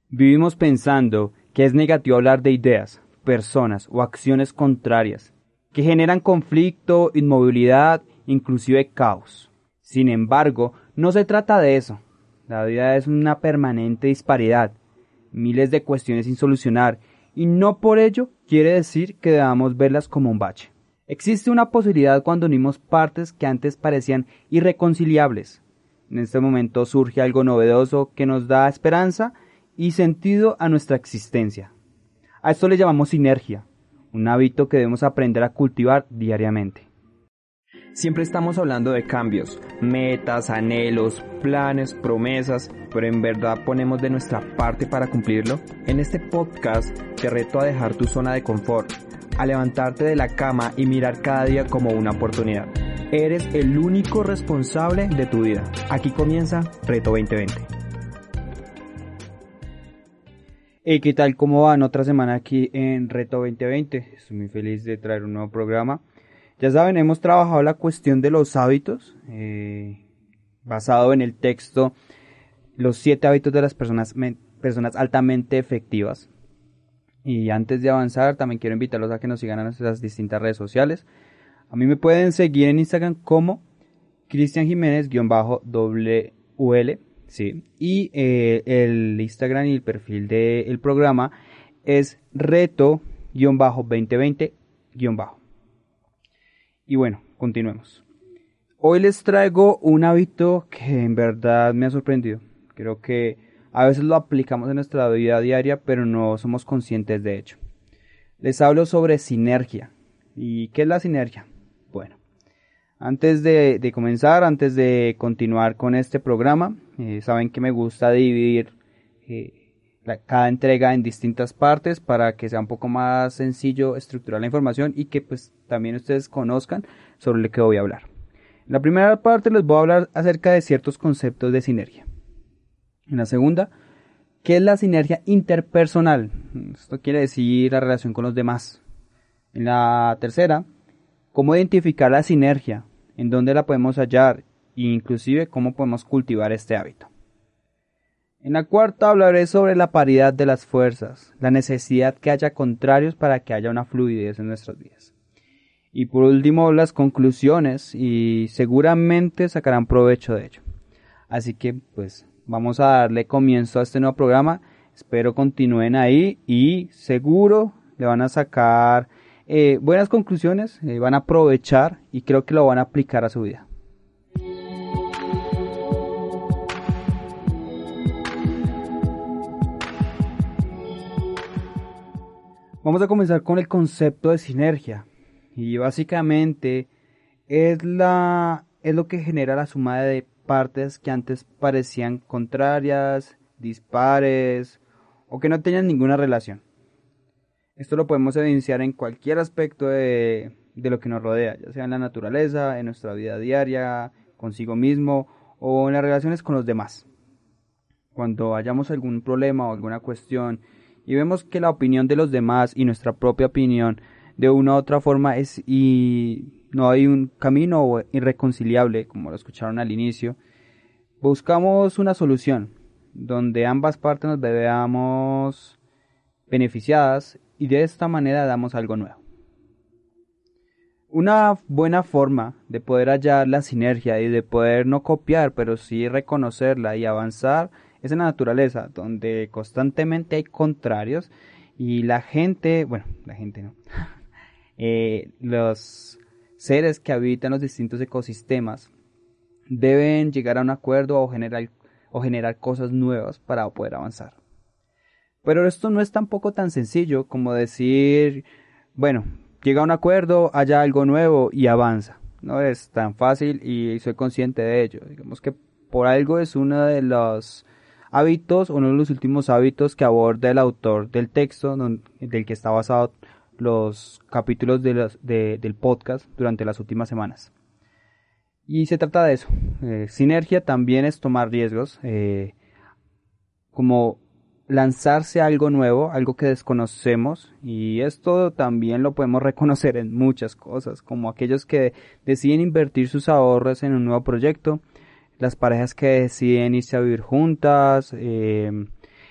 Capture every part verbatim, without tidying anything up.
Vivimos pensando que es negativo hablar de ideas, personas o acciones contrarias, que generan conflicto, inmovilidad, inclusive caos. Sin embargo, no se trata de eso. La vida es una permanente disparidad, miles de cuestiones sin solucionar, y no por ello quiere decir que debamos verlas como un bache. Existe una posibilidad cuando unimos partes que antes parecían irreconciliables. En este momento surge algo novedoso que nos da esperanza y sentido a nuestra existencia. A esto le llamamos sinergia, un hábito que debemos aprender a cultivar diariamente. Siempre estamos hablando de cambios, metas, anhelos, planes, promesas, pero ¿en verdad ponemos de nuestra parte para cumplirlo? En este podcast te reto a dejar tu zona de confort, a levantarte de la cama y mirar cada día como una oportunidad. Eres el único responsable de tu vida. Aquí comienza Reto veinte veinte. Hey, ¿qué tal? ¿Cómo van? Otra semana aquí en Reto veinte veinte. Estoy muy feliz de traer un nuevo programa. Ya saben, hemos trabajado la cuestión de los hábitos, eh, basado en el texto Los siete hábitos de las personas, me, personas altamente efectivas. Y antes de avanzar, también quiero invitarlos a que nos sigan en nuestras distintas redes sociales. A mí me pueden seguir en Instagram como Cristian Jiménez-W L. Sí, y eh, el Instagram y el perfil del programa es reto veinte veinte. Y bueno, continuemos. Hoy les traigo un hábito que en verdad me ha sorprendido. Creo que a veces lo aplicamos en nuestra vida diaria, pero no somos conscientes de ello. Les hablo sobre sinergia. ¿Y qué es la sinergia? Bueno, antes de, de comenzar, antes de continuar con este programa, eh, saben que me gusta dividir eh, la, cada entrega en distintas partes para que sea un poco más sencillo estructurar la información y que pues también ustedes conozcan sobre lo que voy a hablar. En la primera parte les voy a hablar acerca de ciertos conceptos de sinergia. En la segunda, ¿qué es la sinergia interpersonal? Esto quiere decir la relación con los demás. En la tercera, cómo identificar la sinergia, en dónde la podemos hallar e inclusive cómo podemos cultivar este hábito. En la cuarta hablaré sobre la paridad de las fuerzas, la necesidad que haya contrarios para que haya una fluidez en nuestras vidas. Y por último las conclusiones y seguramente sacarán provecho de ello. Así que pues vamos a darle comienzo a este nuevo programa, espero continúen ahí y seguro le van a sacar Eh, buenas conclusiones, eh, van a aprovechar y creo que lo van a aplicar a su vida. Vamos a comenzar con el concepto de sinergia y básicamente es, la, es lo que genera la suma de partes que antes parecían contrarias, dispares o que no tenían ninguna relación. Esto lo podemos evidenciar en cualquier aspecto de, de lo que nos rodea, ya sea en la naturaleza, en nuestra vida diaria, consigo mismo o en las relaciones con los demás. Cuando hayamos algún problema o alguna cuestión y vemos que la opinión de los demás y nuestra propia opinión de una u otra forma es y no hay un camino irreconciliable, como lo escucharon al inicio, buscamos una solución donde ambas partes nos veamos beneficiadas y de esta manera damos algo nuevo. Una buena forma de poder hallar la sinergia y de poder no copiar, pero sí reconocerla y avanzar es en la naturaleza, donde constantemente hay contrarios y la gente, bueno, la gente no, eh, los seres que habitan los distintos ecosistemas deben llegar a un acuerdo o generar, o generar cosas nuevas para poder avanzar. Pero esto no es tampoco tan sencillo como decir, bueno, llega a un acuerdo, haya algo nuevo y avanza. No es tan fácil y soy consciente de ello. Digamos que por algo es uno de los hábitos, uno de los últimos hábitos que aborda el autor del texto, del que está basado los capítulos de los, de, del podcast durante las últimas semanas. Y se trata de eso. Eh, sinergia también es tomar riesgos, eh, como lanzarse a algo nuevo, algo que desconocemos, y esto también lo podemos reconocer en muchas cosas, como aquellos que deciden invertir sus ahorros en un nuevo proyecto, las parejas que deciden irse a vivir juntas, eh,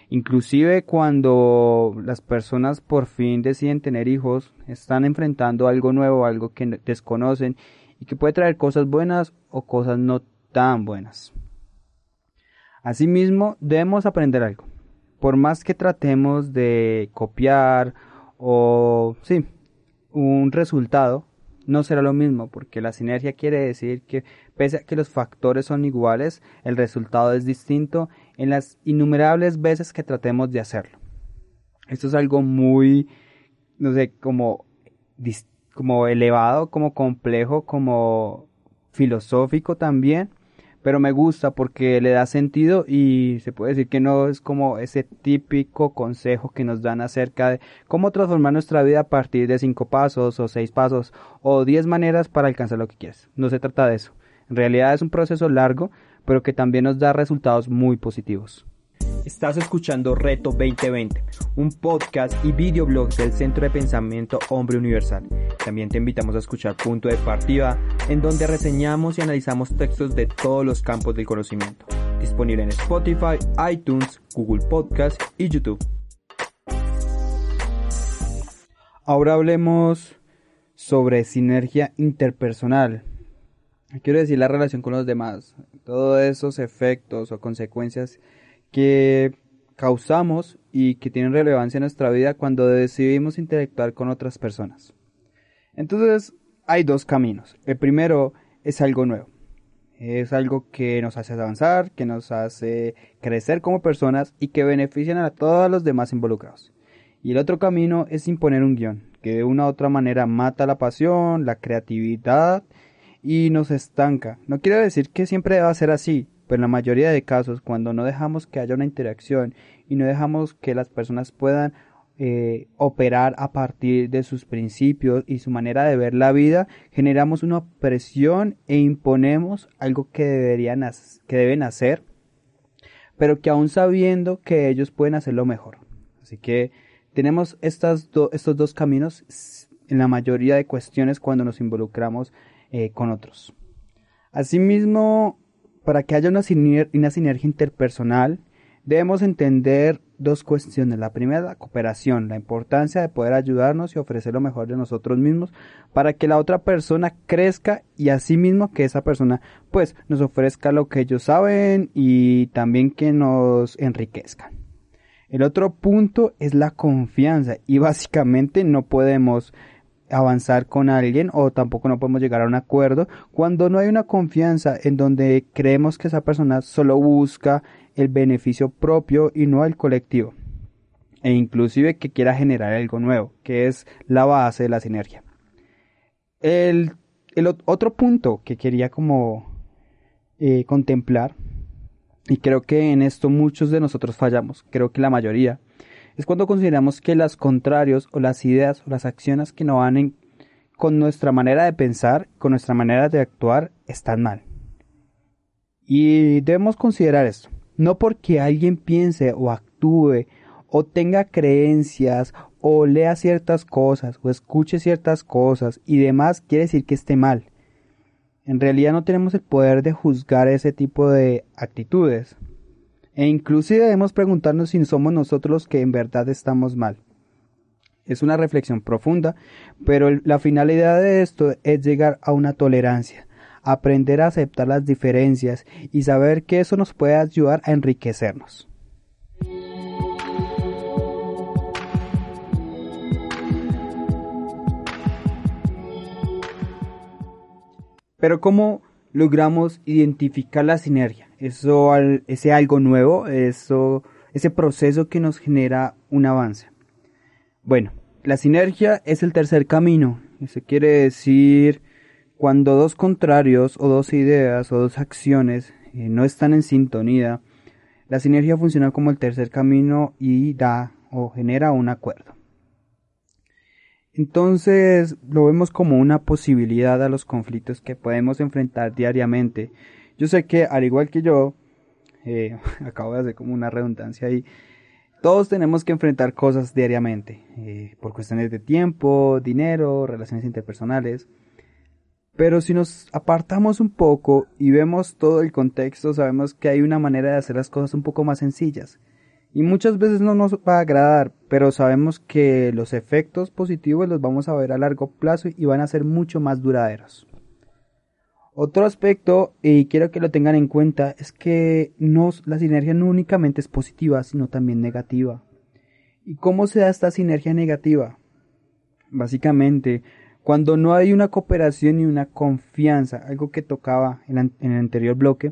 Inclusive cuando las personas por fin deciden tener hijos, están enfrentando algo nuevo, algo que desconocen y que puede traer cosas buenas o cosas no tan buenas. Asimismo, debemos aprender algo. Por más que tratemos de copiar o sí, un resultado, no será lo mismo, porque la sinergia quiere decir que pese a que los factores son iguales, el resultado es distinto en las innumerables veces que tratemos de hacerlo. Esto es algo muy, no sé, como, como elevado, como complejo, como filosófico también, pero me gusta porque le da sentido y se puede decir que no es como ese típico consejo que nos dan acerca de cómo transformar nuestra vida a partir de cinco pasos o seis pasos o diez maneras para alcanzar lo que quieres. No se trata de eso. En realidad es un proceso largo, pero que también nos da resultados muy positivos. Estás escuchando Reto veinte veinte, un podcast y videoblog del Centro de Pensamiento Hombre Universal. También te invitamos a escuchar Punto de Partida, en donde reseñamos y analizamos textos de todos los campos del conocimiento. Disponible en Spotify, iTunes, Google Podcast y YouTube. Ahora hablemos sobre sinergia interpersonal. Quiero decir la relación con los demás, todos esos efectos o consecuencias que causamos y que tienen relevancia en nuestra vida cuando decidimos interactuar con otras personas. Entonces, hay dos caminos. El primero es algo nuevo. Es algo que nos hace avanzar, que nos hace crecer como personas y que benefician a todos los demás involucrados. Y el otro camino es imponer un guión, que de una u otra manera mata la pasión, la creatividad y nos estanca. No quiero decir que siempre deba ser así, pero en la mayoría de casos, cuando no dejamos que haya una interacción y no dejamos que las personas puedan eh, operar a partir de sus principios y su manera de ver la vida, generamos una presión e imponemos algo que deberían que deben hacer, pero que aún sabiendo que ellos pueden hacerlo mejor. Así que tenemos estas do, estos dos caminos en la mayoría de cuestiones cuando nos involucramos eh, con otros. Asimismo, para que haya una, siner- una sinergia interpersonal, debemos entender dos cuestiones. La primera, la cooperación, la importancia de poder ayudarnos y ofrecer lo mejor de nosotros mismos para que la otra persona crezca y asimismo que esa persona pues nos ofrezca lo que ellos saben y también que nos enriquezcan. El otro punto es la confianza y básicamente no podemos avanzar con alguien o tampoco no podemos llegar a un acuerdo cuando no hay una confianza en donde creemos que esa persona solo busca el beneficio propio y no el colectivo e inclusive que quiera generar algo nuevo, que es la base de la sinergia. El, el otro punto que quería como eh, contemplar, y creo que en esto muchos de nosotros fallamos, creo que la mayoría, es cuando consideramos que los contrarios o las ideas o las acciones que no van en, con nuestra manera de pensar, con nuestra manera de actuar, están mal. Y debemos considerar esto. No porque alguien piense o actúe o tenga creencias o lea ciertas cosas o escuche ciertas cosas y demás quiere decir que esté mal. En realidad no tenemos el poder de juzgar ese tipo de actitudes. E inclusive debemos preguntarnos si somos nosotros los que en verdad estamos mal. Es una reflexión profunda, pero el, la finalidad de esto es llegar a una tolerancia, aprender a aceptar las diferencias y saber que eso nos puede ayudar a enriquecernos. Pero ¿cómo logramos identificar la sinergia? Eso, ese algo nuevo, eso, ese proceso que nos genera un avance. Bueno, la sinergia es el tercer camino. Eso quiere decir cuando dos contrarios o dos ideas o dos acciones eh, no están en sintonía, la sinergia funciona como el tercer camino y da o genera un acuerdo. Entonces lo vemos como una posibilidad a los conflictos que podemos enfrentar diariamente. Yo sé que al igual que yo, eh, acabo de hacer como una redundancia ahí, todos tenemos que enfrentar cosas diariamente, eh, por cuestiones de tiempo, dinero, relaciones interpersonales. Pero si nos apartamos un poco y vemos todo el contexto, sabemos que hay una manera de hacer las cosas un poco más sencillas. Y muchas veces no nos va a agradar, pero sabemos que los efectos positivos los vamos a ver a largo plazo y van a ser mucho más duraderos. Otro aspecto, y quiero que lo tengan en cuenta, es que no, la sinergia no únicamente es positiva, sino también negativa. ¿Y cómo se da esta sinergia negativa? Básicamente, cuando no hay una cooperación y una confianza, algo que tocaba en, en el anterior bloque,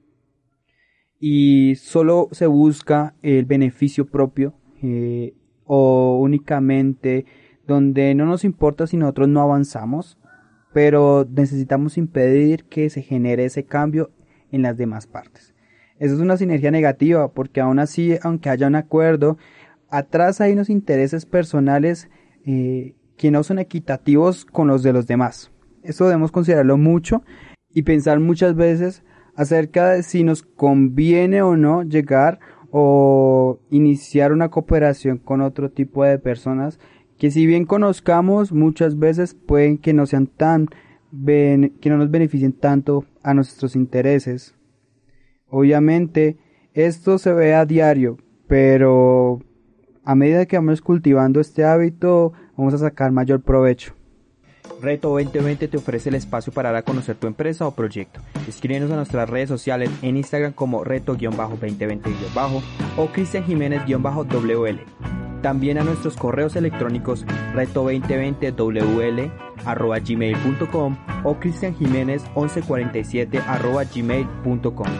y solo se busca el beneficio propio, eh, o únicamente donde no nos importa si nosotros no avanzamos, pero necesitamos impedir que se genere ese cambio en las demás partes. Eso es una sinergia negativa, porque aún así, aunque haya un acuerdo, atrás hay unos intereses personales eh, que no son equitativos con los de los demás. Eso debemos considerarlo mucho y pensar muchas veces acerca de si nos conviene o no llegar o iniciar una cooperación con otro tipo de personas que, si bien conozcamos, muchas veces pueden que no sean tan ben- que no nos beneficien tanto a nuestros intereses. Obviamente esto se ve a diario, pero a medida que vamos cultivando este hábito vamos a sacar mayor provecho. Reto veinte veinte te ofrece el espacio para dar a conocer tu empresa o proyecto. Escríbenos a nuestras redes sociales en Instagram como reto veinte veinte o Cristian Jiménez W L. También a nuestros correos electrónicos reto veinte veinte w l arroba gmail punto com o cristian jiménez once cuarenta y siete arroba gmail punto com.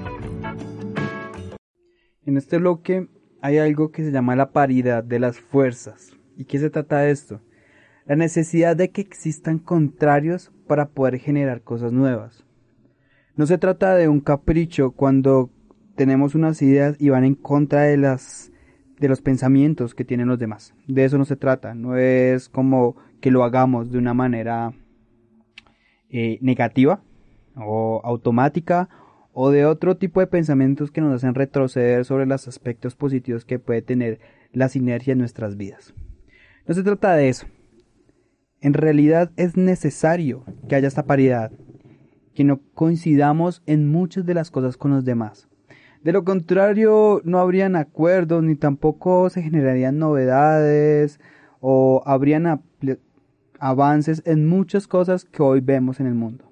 En este bloque hay algo que se llama la paridad de las fuerzas. ¿Y qué se trata de esto? La necesidad de que existan contrarios para poder generar cosas nuevas. No se trata de un capricho cuando tenemos unas ideas y van en contra de las de los pensamientos que tienen los demás. De eso no se trata. No es como que lo hagamos de una manera eh, negativa o automática o de otro tipo de pensamientos que nos hacen retroceder sobre los aspectos positivos que puede tener la sinergia en nuestras vidas. No se trata de eso. En realidad es necesario que haya esta paridad, que no coincidamos en muchas de las cosas con los demás. De lo contrario, no habrían acuerdos ni tampoco se generarían novedades o habrían avances en muchas cosas que hoy vemos en el mundo.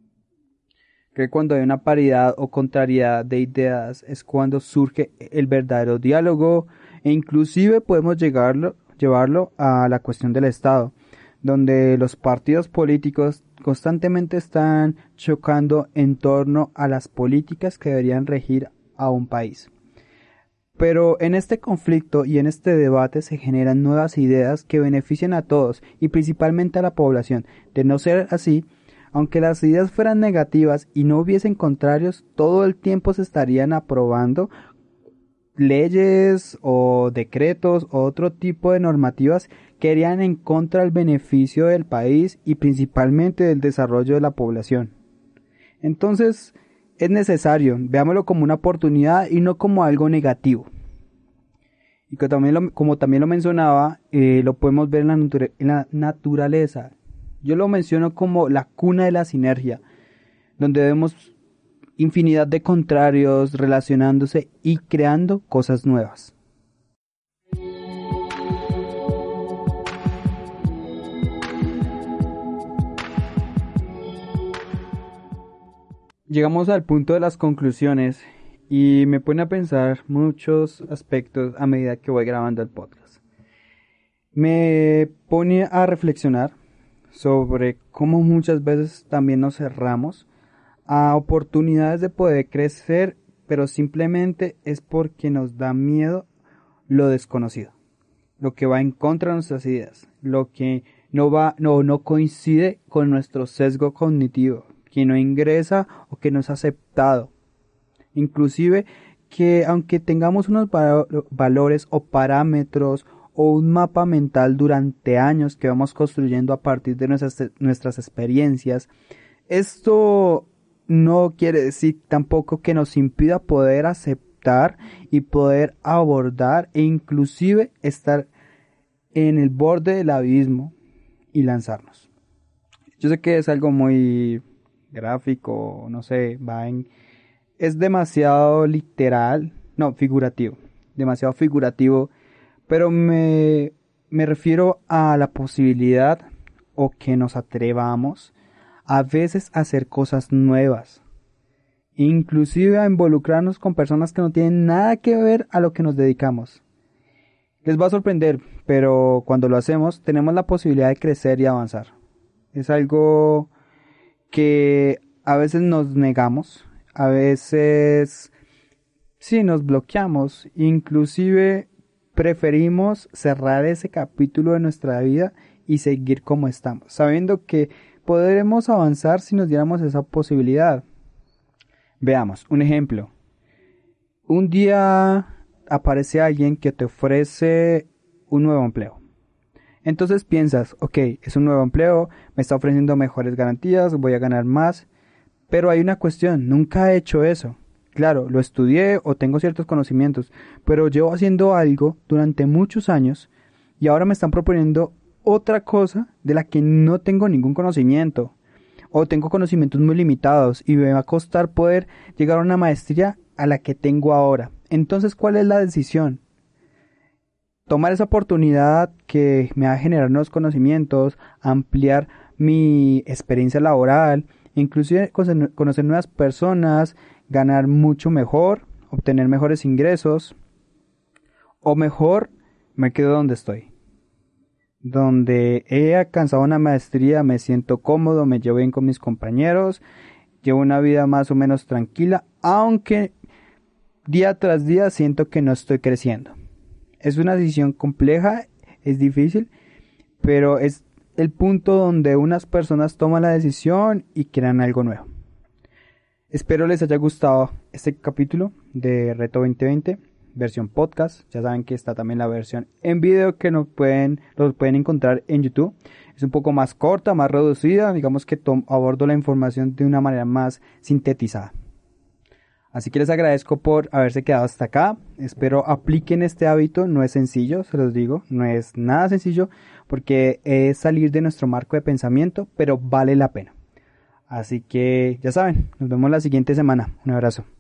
Que cuando hay una paridad o contrariedad de ideas es cuando surge el verdadero diálogo e inclusive podemos llegarlo, llevarlo a la cuestión del Estado, donde los partidos políticos constantemente están chocando en torno a las políticas que deberían regir a un país. Pero en este conflicto y en este debate se generan nuevas ideas que benefician a todos y principalmente a la población. De no ser así, aunque las ideas fueran negativas y no hubiesen contrarios, todo el tiempo se estarían aprobando leyes o decretos o otro tipo de normativas que irían en contra del beneficio del país y principalmente del desarrollo de la población. Entonces es necesario, veámoslo como una oportunidad y no como algo negativo. Y que también lo, como también lo mencionaba, eh, lo podemos ver en la, natura- en la naturaleza. Yo lo menciono como la cuna de la sinergia, donde vemos infinidad de contrarios relacionándose y creando cosas nuevas. Llegamos al punto de las conclusiones y me pone a pensar muchos aspectos a medida que voy grabando el podcast. Me pone a reflexionar sobre cómo muchas veces también nos cerramos a oportunidades de poder crecer, pero simplemente es porque nos da miedo lo desconocido, lo que va en contra de nuestras ideas, lo que no va, no, no coincide con nuestro sesgo cognitivo, que no ingresa o que no es aceptado. Inclusive que aunque tengamos unos valores o parámetros o un mapa mental durante años que vamos construyendo a partir de nuestras, nuestras experiencias, esto no quiere decir tampoco que nos impida poder aceptar y poder abordar e inclusive estar en el borde del abismo y lanzarnos. Yo sé que es algo muy gráfico, no sé, va en, es demasiado literal, no, figurativo, demasiado figurativo, pero me, me refiero a la posibilidad o que nos atrevamos a veces a hacer cosas nuevas, inclusive a involucrarnos con personas que no tienen nada que ver a lo que nos dedicamos. Les va a sorprender, pero cuando lo hacemos tenemos la posibilidad de crecer y avanzar. Es algo que a veces nos negamos, a veces sí nos bloqueamos, inclusive preferimos cerrar ese capítulo de nuestra vida y seguir como estamos, sabiendo que podremos avanzar si nos diéramos esa posibilidad. Veamos, un ejemplo. Un día aparece alguien que te ofrece un nuevo empleo. Entonces piensas, ok, es un nuevo empleo, me está ofreciendo mejores garantías, voy a ganar más. Pero hay una cuestión, nunca he hecho eso. Claro, lo estudié o tengo ciertos conocimientos, pero llevo haciendo algo durante muchos años y ahora me están proponiendo otra cosa de la que no tengo ningún conocimiento. O tengo conocimientos muy limitados y me va a costar poder llegar a una maestría a la que tengo ahora. Entonces, ¿cuál es la decisión? Tomar esa oportunidad que me va a generar nuevos conocimientos, ampliar mi experiencia laboral, inclusive conocer nuevas personas, ganar mucho mejor, obtener mejores ingresos, o mejor, me quedo donde estoy. Donde he alcanzado una maestría, me siento cómodo, me llevo bien con mis compañeros, llevo una vida más o menos tranquila, aunque día tras día siento que no estoy creciendo. Es una decisión compleja, es difícil, pero es el punto donde unas personas toman la decisión y crean algo nuevo. Espero les haya gustado este capítulo de Reto veinte veinte, versión podcast. Ya saben que está también la versión en video que nos pueden, los pueden encontrar en YouTube. Es un poco más corta, más reducida, digamos que tom- abordo la información de una manera más sintetizada. Así que les agradezco por haberse quedado hasta acá. Espero apliquen este hábito. No es sencillo, se los digo. No es nada sencillo porque es salir de nuestro marco de pensamiento, pero vale la pena. Así que ya saben, nos vemos la siguiente semana. Un abrazo.